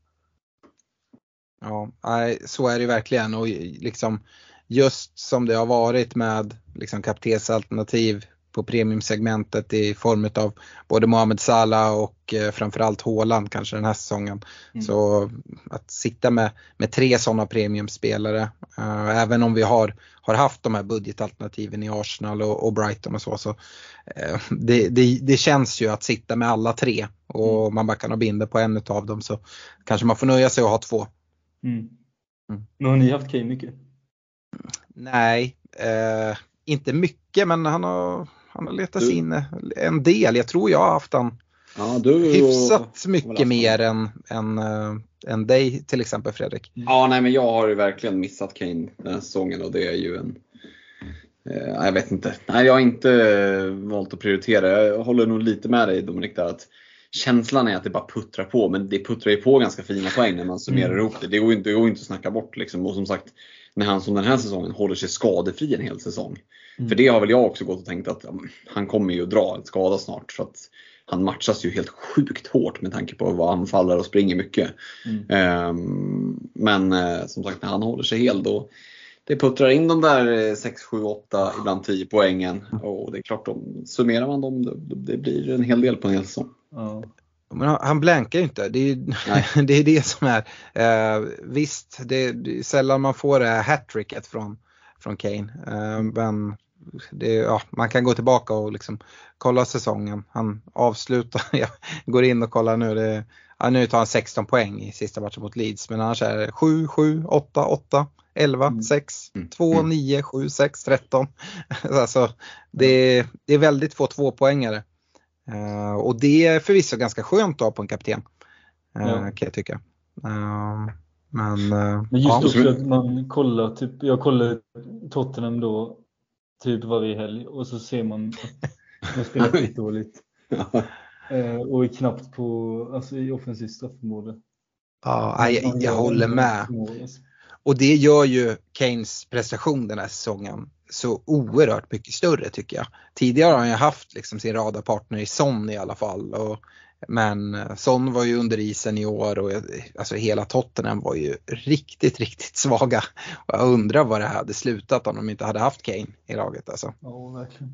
Ja, så är det verkligen. Och liksom just som det har varit med liksom kaptensalternativ på premiumsegmentet i form av både Mohamed Salah och eh, framförallt Haaland kanske den här säsongen. Mm. Så att sitta med, med tre sådana premiumspelare, eh, även om vi har, har haft de här budgetalternativen i Arsenal och, och Brighton och så, så eh, det, det, det känns ju att sitta med alla tre och mm. man bara kan ha binder på en av dem, så kanske man får nöja sig och ha två. Mm. Mm. Men har ni haft Kane mycket? Nej, eh, inte mycket, men han har, han har letat sig in en del. Jag tror jag har haft han ja, du, hyfsat mycket mer än, än, äh, än dig till exempel, Fredrik. Ja, nej, men jag har ju verkligen missat Kane den här säsongen, och det är ju en eh, jag vet inte. Nej, jag har inte valt att prioritera. Jag håller nog lite med dig, Dominik, där att känslan är att det bara puttrar på, men det puttrar ju på ganska fina poäng när man summerar mm. ihop det. Det går inte, det går inte att snacka bort liksom. Och som sagt, när han som den här säsongen håller sig skadefri en hel säsong. Mm. För det har väl jag också gått och tänkt att ja, han kommer ju att dra en skada snart. Så att han matchas ju helt sjukt hårt med tanke på vad han faller och springer mycket. Mm. Um, men uh, som sagt, när han håller sig hel då det puttrar in de där sex, sju, åtta, ibland tio poängen. Och det är klart, om summerar man dem, det, det blir en hel del på en hel säsong. Ja. Men han blankar ju inte. Det är det, är det som är. Eh, visst, det, det är sällan man får det här hattricket från, från Kane. Eh, men det, ja, man kan gå tillbaka och liksom kolla säsongen. Han avslutar, jag går in och kollar nu. Det, ja, nu tar han sexton poäng i sista matchen mot Leeds. Men annars är det sju, sju, åtta, åtta, elva, mm. sex, mm. två, nio, sju, sex, tretton. Alltså, det, det är väldigt få tvåpoängare. Uh, och det är förvisso ganska skönt att ha på en kapten, uh, ja. kan jag tycka. Uh, men, uh, men just ja. också att man kollar, typ, jag kollar Tottenham då typ varje helg, och så ser man att de spelar lite dåligt. Ja. Uh, och är knappt på, alltså i offensivt straffområde. Ja, jag, jag, jag håller med. Och det gör ju Kanes prestation den här säsongen så oerhört mycket större, tycker jag. Tidigare har han ju haft liksom sin radarpartner i Son i alla fall. Och, men Son var ju under isen i år, och alltså hela Tottenham var ju riktigt, riktigt svaga. Och jag undrar vad det hade slutat om de inte hade haft Kane i laget. Alltså. Ja, verkligen.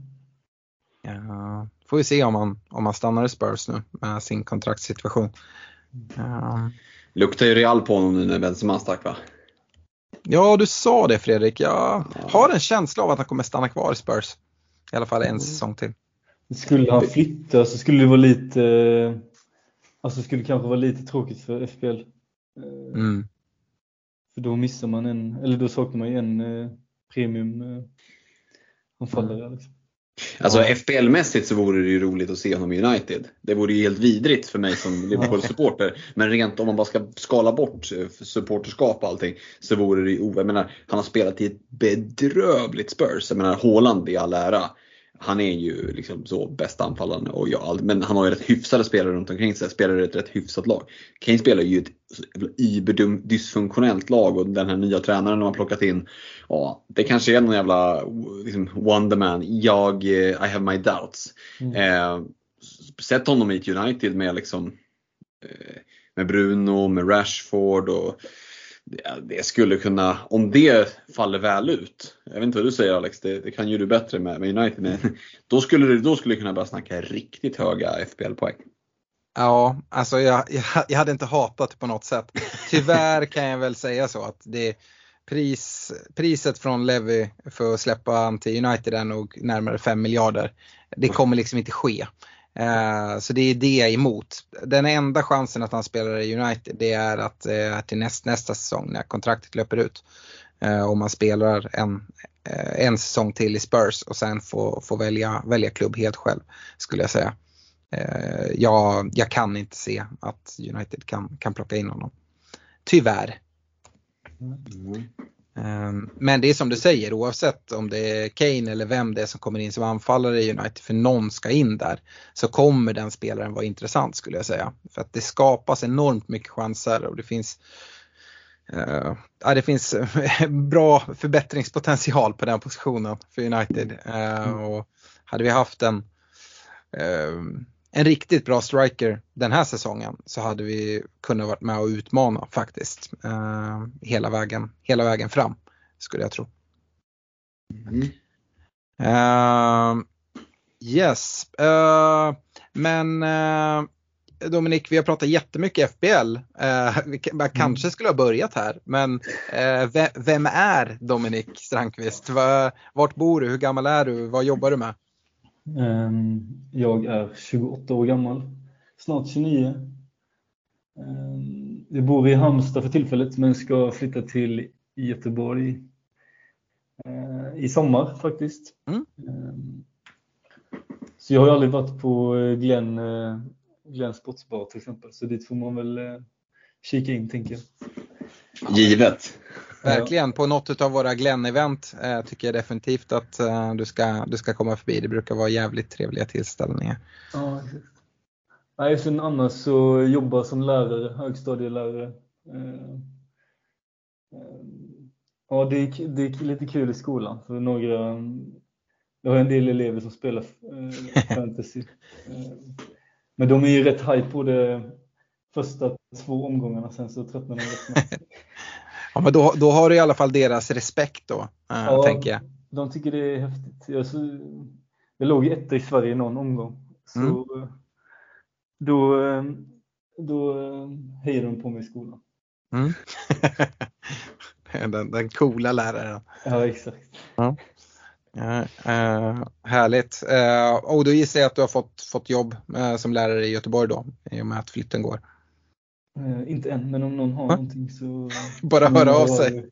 Ja, får vi se om han, om han stannar i Spurs nu med sin kontraktssituation. Ja. Luktar ju Real på honom nu när Benzema stack, va? Ja, du sa det Fredrik. Jag har en känsla av att han kommer stanna kvar i Spurs. I alla fall en säsong till. Skulle han flytta så skulle det vara lite... Alltså skulle det kanske vara lite tråkigt för F P L. Mm. För då missar man en... Eller då saknar man ju en eh, premium eh, anfallare. Mm. Liksom. Alltså ja. F P L-mässigt så vore det ju roligt att se honom i United. Det vore ju helt vidrigt för mig som Liverpool-supporter. Men rent om man bara ska skala bort supporterskap och allting, så vore det ju... Jag menar, han har spelat i ett bedrövligt Spurs. Jag menar, Haaland i all ära. Han är ju liksom så bästa anfallaren och jag, men han har ju rätt hyfsade spelare runt omkring sig. Spelar ett rätt hyfsat lag. Kane spelar ju ett iberdum dysfunktionellt lag, och den här nya tränaren de har plockat in, ja, det kanske är någon jävla liksom, Wonderman. Jag, I have my doubts. Mm. Eh, sett honom i ett United med liksom eh, med Bruno, med Rashford och det skulle kunna, om det faller väl ut, jag vet inte vad du säger Alex, det, det kan ju du bättre med, med United, men då skulle det då skulle det kunna börja snacka riktigt höga F P L-poäng. Ja, alltså jag, jag, jag hade inte hatat det på något sätt. Tyvärr kan jag väl säga så att det pris, priset från Levy för att släppa han till United är nog närmare fem miljarder. Det kommer liksom inte ske. Uh, så det är det emot. Den enda chansen att han spelar i United, det är att uh, till näst, nästa säsong när kontraktet löper ut. Uh, om man spelar en, uh, en säsong till i Spurs och sen får, får välja, välja klubb helt själv, skulle jag säga. Uh, jag, jag kan inte se att United kan, kan plocka in honom. Tyvärr. Mm. Men det är som du säger, oavsett om det är Kane eller vem det är som kommer in som anfallare i United, för någon ska in där, så kommer den spelaren vara intressant, skulle jag säga. För att det skapas enormt mycket chanser och det finns uh, ja, det finns bra förbättringspotential på den positionen för United. Uh, och hade vi haft en uh, en riktigt bra striker den här säsongen, så hade vi kunnat varit med och utmana faktiskt uh, hela vägen hela vägen fram, skulle jag tro. Mm. Uh, yes. Uh, men uh, Dominik, vi har pratat jättemycket F B L. Uh, vi k- mm. kanske skulle ha börjat här, men uh, v- vem är Dominik Strandqvist? V- vart bor du? Hur gammal är du? Vad jobbar du med? Jag är tjugoåtta år gammal, snart tjugonio. Jag bor i Halmstad för tillfället, men ska flytta till Göteborg i sommar faktiskt. Mm. Så jag har aldrig varit på Glenn, Glenn Sportsbar till exempel, så dit får man väl kika in, tänker jag. Givet. Verkligen, på något av våra Glenn-event eh, tycker jag definitivt att eh, du, ska, du ska komma förbi. Det brukar vara jävligt trevliga tillställningar. Ja, exakt. Nej, sen annars så jobbar som lärare, högstadielärare. Eh, eh, ja, det är, det är lite kul i skolan. För några, jag har en del elever som spelar eh, fantasy. Eh, men de är ju rätt hype på det första två omgångarna, sen så tröttnar de rätt snabbt. Ja, men då, då har du i alla fall deras respekt då, äh, ja, tänker jag. De tycker det är häftigt. Jag, så, jag låg etta i Sverige någon omgång. Så mm. då, då hejar de på mig i skolan. Mm. den, den coola läraren. Ja, exakt. Ja. Uh, uh, härligt. Uh, och då gissar jag att du har fått, fått jobb uh, som lärare i Göteborg då, i och med att flytten går. Uh, inte än, men om någon har ha? någonting så... Bara höra av sig.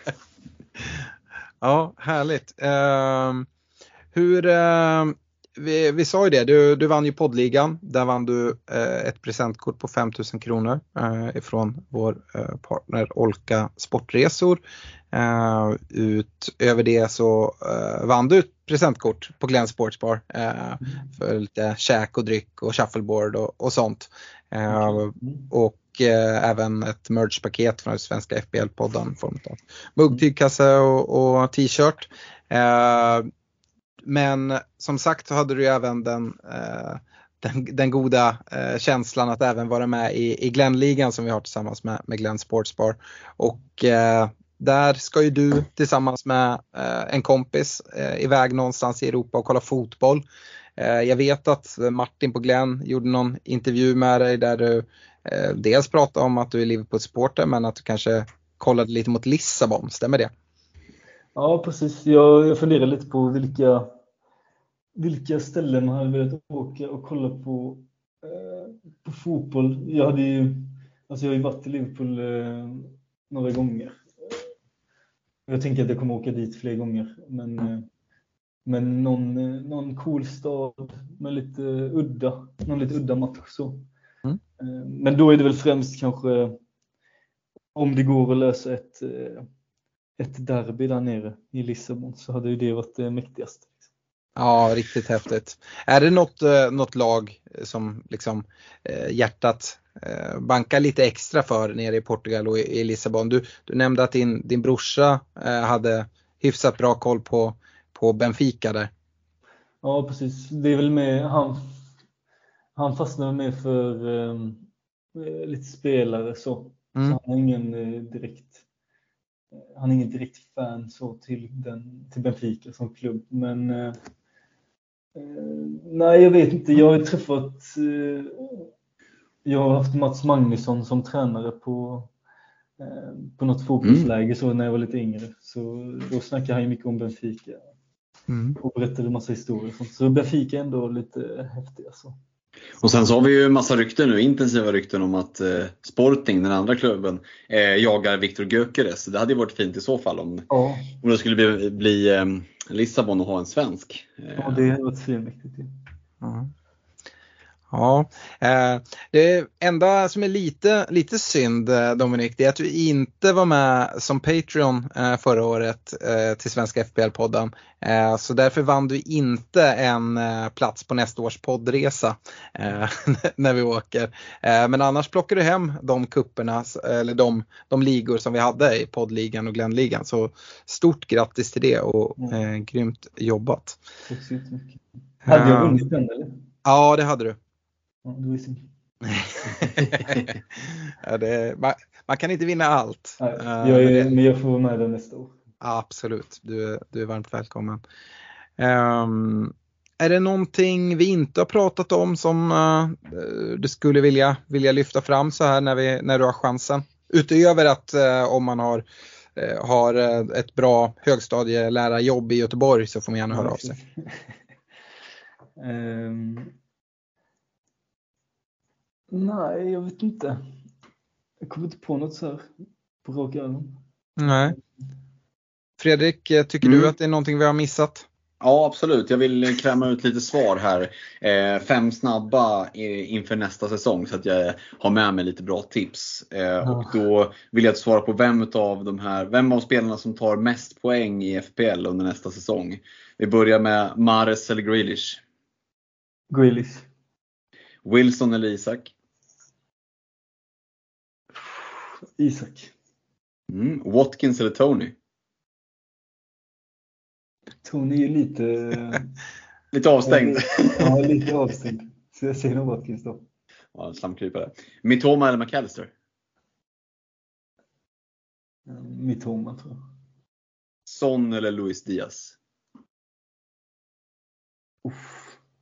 Ja, härligt. Uh, hur... Uh, vi, vi sa ju det, du, du vann ju poddligan. Där vann du uh, ett presentkort på fem tusen kronor uh, ifrån vår uh, partner Olka Sportresor. Uh, utöver det så uh, vann du ett presentkort på Glenn Sportsbar uh, mm. för lite käk och dryck och shuffleboard och, och sånt. Uh, mm. Och uh, även ett merch-paket från svenska F B L-podden, form av muggtygkasse och, och t-shirt. Uh, men som sagt så hade du ju även den, uh, den, den goda uh, känslan att även vara med i, i Glenn-ligan som vi har tillsammans med, med Glenn Sportsbar. Och uh, där ska ju du tillsammans med eh, en kompis eh, iväg någonstans i Europa och kolla fotboll. Eh, jag vet att Martin på Glenn gjorde någon intervju med dig där du eh, dels pratade om att du är Liverpool-supporter, men att du kanske kollade lite mot Lissabon, stämmer det? Ja, precis. Jag, jag funderar lite på vilka, vilka ställen man hade velat åka och kolla på, eh, på fotboll. Jag hade ju, alltså jag har ju varit i Liverpool eh, några gånger. Jag tänker att jag kommer åka dit fler gånger. Men, eh, men någon, eh, någon cool stad med lite udda, någon lite udda match så. Mm. Eh, men då är det väl främst kanske om det går att lösa ett eh, ett derby där nere i Lissabon, så hade ju det varit det mäktigaste. Ja, riktigt häftigt. Är det något, något lag som liksom eh, hjärtat eh, bankar lite extra för nere i Portugal och i, i Lissabon? Du, du nämnde att din, din brorsa eh, hade hyfsat bra koll på, på Benfica där. Ja, precis. Det är väl med, han, han fastnade med för eh, lite spelare så. Mm. Så han har ingen eh, direkt Han är ingen direkt fan så till, den, till Benfica som klubb. Men eh, eh, nej, jag vet inte. Jag har träffat eh, jag har haft Mats Magnusson som tränare på, eh, på något fotbollsläge mm. så när jag var lite yngre. Så då snackade han ju mycket om Benfica mm. och berättade en massa historier. Så Benfica är ändå lite häftiga så. Och sen så har vi ju massa rykten nu, intensiva rykten om att eh, Sporting, den andra klubben, eh, jagar Viktor Gyökeres. Det hade ju varit fint i så fall om, ja. om det skulle bli, bli eh, Lissabon och ha en svensk. Eh. Ja, det hade varit svinmäktigt. Ja. Ja, eh, det enda som är lite, lite synd, Dominik, det är att du inte var med som Patreon eh, förra året eh, till Svenska F P L-podden. Eh, så därför vann du inte en eh, plats på nästa års poddresa eh, när vi åker. Eh, men annars plockar du hem de kupperna, eller de, de ligor som vi hade i poddligan och Glennligan. Så stort grattis till det och eh, grymt jobbat. Tack så mycket. Hade jag vunnit den eller? Ja, det hade du. Ja, du visste. ja, det, man, man kan inte vinna allt. Nej, jag är, men jag får vara med den nästa år. Absolut, du, du är varmt välkommen. Um, är det någonting vi inte har pratat om som uh, du skulle vilja, vilja lyfta fram så här när, vi, när du har chansen? Utöver att uh, om man har, uh, har uh, ett bra högstadielärarjobb i Göteborg så får man gärna höra av sig. um... Nej, jag vet inte. Jag kommer inte på något så här på rak arm. Nej. Fredrik, tycker mm. du att det är någonting vi har missat? Ja, absolut. Jag vill kräma ut lite svar här. Eh, fem snabba inför nästa säsong så att jag har med mig lite bra tips. Eh, ja. Och då vill jag svara på vem av de här, vem av spelarna som tar mest poäng i F P L under nästa säsong. Vi börjar med Mahrez eller Grealish. Grealish. Wilson eller Isak? Isak. Mm. Watkins eller Tony? Tony är lite... lite avstängd. Ja, lite avstängd. Så jag säger nog Watkins då. Ja, slamkrypare. Mitoma eller McAllister? Mitoma tror jag. Son eller Luis Diaz? Uff.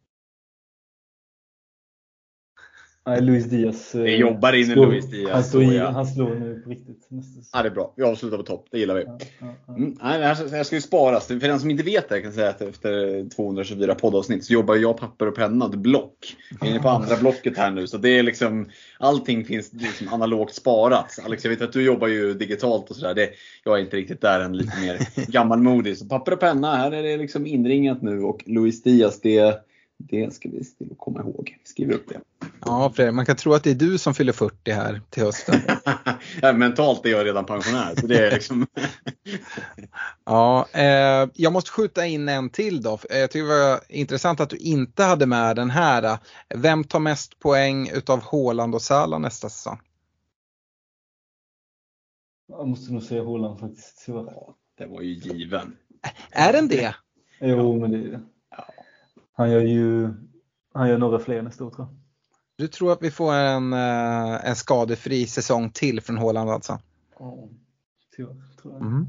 Nej, Luis Diaz. Vi jobbar in i Luis Diaz. Han, står i, ja. han slår nu på riktigt. Ja, det är bra. Vi avslutar på topp. Det gillar vi. Ja, ja, ja. Mm, nej, det här ska ju sparas. För den som inte vet det, jag kan säga att efter tvåhundratjugofyra poddavsnitt så jobbar jag papper och penna och block. Jag är inne på andra blocket här nu. Så det är liksom, allting finns liksom analogt sparat. Alex, jag vet att du jobbar ju digitalt och sådär. Jag är inte riktigt där än, lite mer gammalmodig. Så papper och penna, här är det liksom inringat nu. Och Luis Diaz, det, det ska vi still komma ihåg. Skriv upp det. Ja, Fredrik, man kan tro att det är du som fyller fyrtio här till hösten. Ja, mentalt är jag redan pensionär. Så det är liksom... ja, eh, jag måste skjuta in en till då. Jag tycker det var intressant att du inte hade med den här. Vem tar mest poäng utav Haaland och Salah nästa säsong? Jag måste nog säga Haaland faktiskt. Ja, det var ju given. Är den det? Jo, men det är det. Han gör ju han gör några fler nästa år tror jag. Du tror att vi får en, en skadefri säsong till från Haaland alltså? Ja, tror jag. Mm.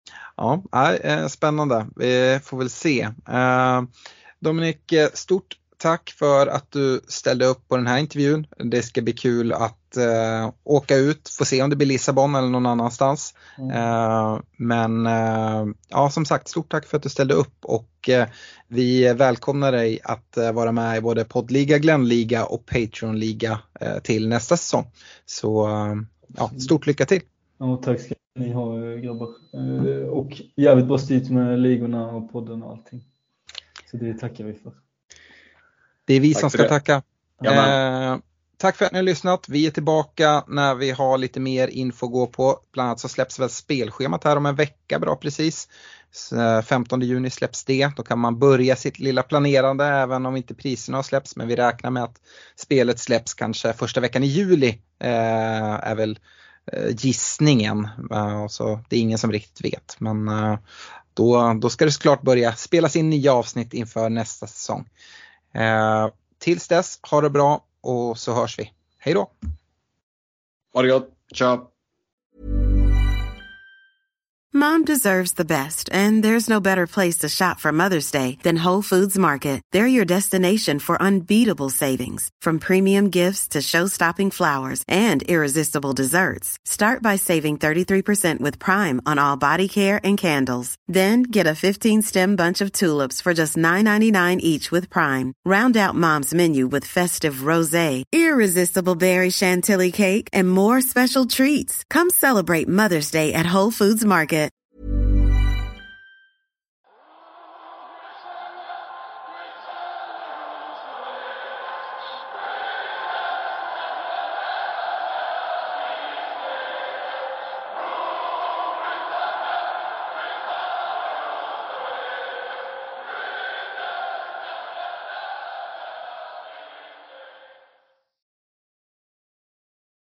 Ja, spännande. Vi får väl se. Dominik, stort tack för att du ställde upp på den här intervjun. Det ska bli kul att uh, åka ut, få se om det blir Lissabon eller någon annanstans. Mm. Uh, men uh, ja, som sagt, stort tack för att du ställde upp och uh, vi välkomnar dig att uh, vara med i både poddliga, Glennliga och Patreon-liga uh, till nästa säsong. Så uh, ja, stort lycka till. Ja, tack ska ni ha, grabbar. Uh, och jävligt bra styrt med ligorna och podden och allting. Så det tackar vi för. Det är vi tack som ska det. tacka. Eh, tack för att ni har lyssnat. Vi är tillbaka när vi har lite mer info att gå på. Bland annat så släpps väl spelschemat här om en vecka, bra precis. Så femtonde juni släpps det. Då kan man börja sitt lilla planerande även om inte priserna har släppts. Men vi räknar med att spelet släpps kanske första veckan i juli. Eh, är väl eh, gissningen. Eh, så det är ingen som riktigt vet. Men eh, då, då ska det såklart börja spelas in nya avsnitt inför nästa säsong. Eh, tills dess, ha det bra och så hörs vi. Hej då! Ha det gott, ciao! Mom deserves the best, and there's no better place to shop for Mother's Day than Whole Foods Market. They're your destination for unbeatable savings, from premium gifts to show-stopping flowers and irresistible desserts. Start by saving thirty-three percent with Prime on all body care and candles. Then get a fifteen-stem bunch of tulips for just nine ninety-nine each with Prime. Round out Mom's menu with festive rosé, irresistible berry chantilly cake, and more special treats. Come celebrate Mother's Day at Whole Foods Market.